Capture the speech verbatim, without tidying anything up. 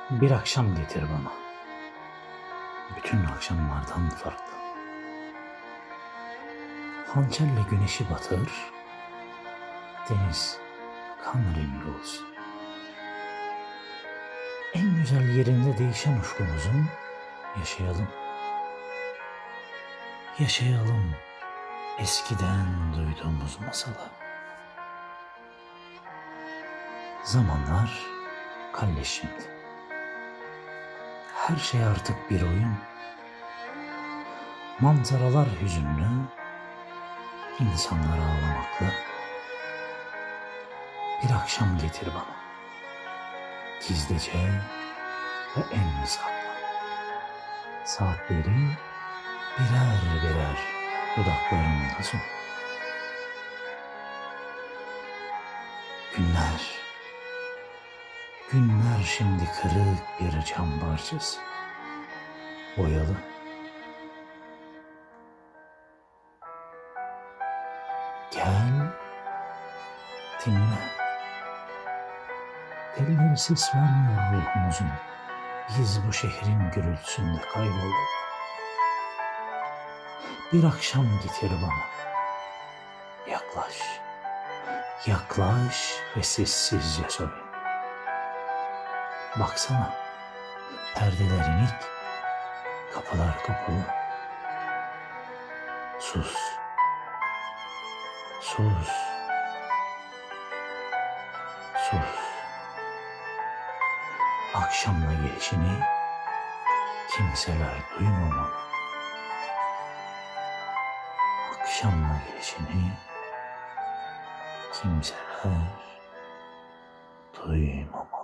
Bir akşam getir bana, bütün akşamlardan farklı. Hançerle güneşi batır, deniz kan rengi olsun. En güzel yerinde değişen ufkumuzun yaşayalım. Yaşayalım eskiden duyduğumuz masalı. Zamanlar kalleş şimdi. Her şey artık bir oyun. Manzaralar hüzünlü, insanlar ağlamaklı. Bir akşam getir bana, gizlice ve en saklı. Saatleri birer birer dudaklarımda son. Günler, günler şimdi kırık bir cam parçası. Boyalı. Gel, dinle. Telleri ses vermiyor ruhumuzun. Biz bu şehrin gürültüsünde kaybolduk. Bir akşam getir bana. Yaklaş, yaklaş ve sessizce soyun. Baksana, perdeler inik, kapılar kapalı. Sus, sus, sus. Akşamla gelişini kimseler duymamalı. Akşamla gelişini kimseler duymamalı.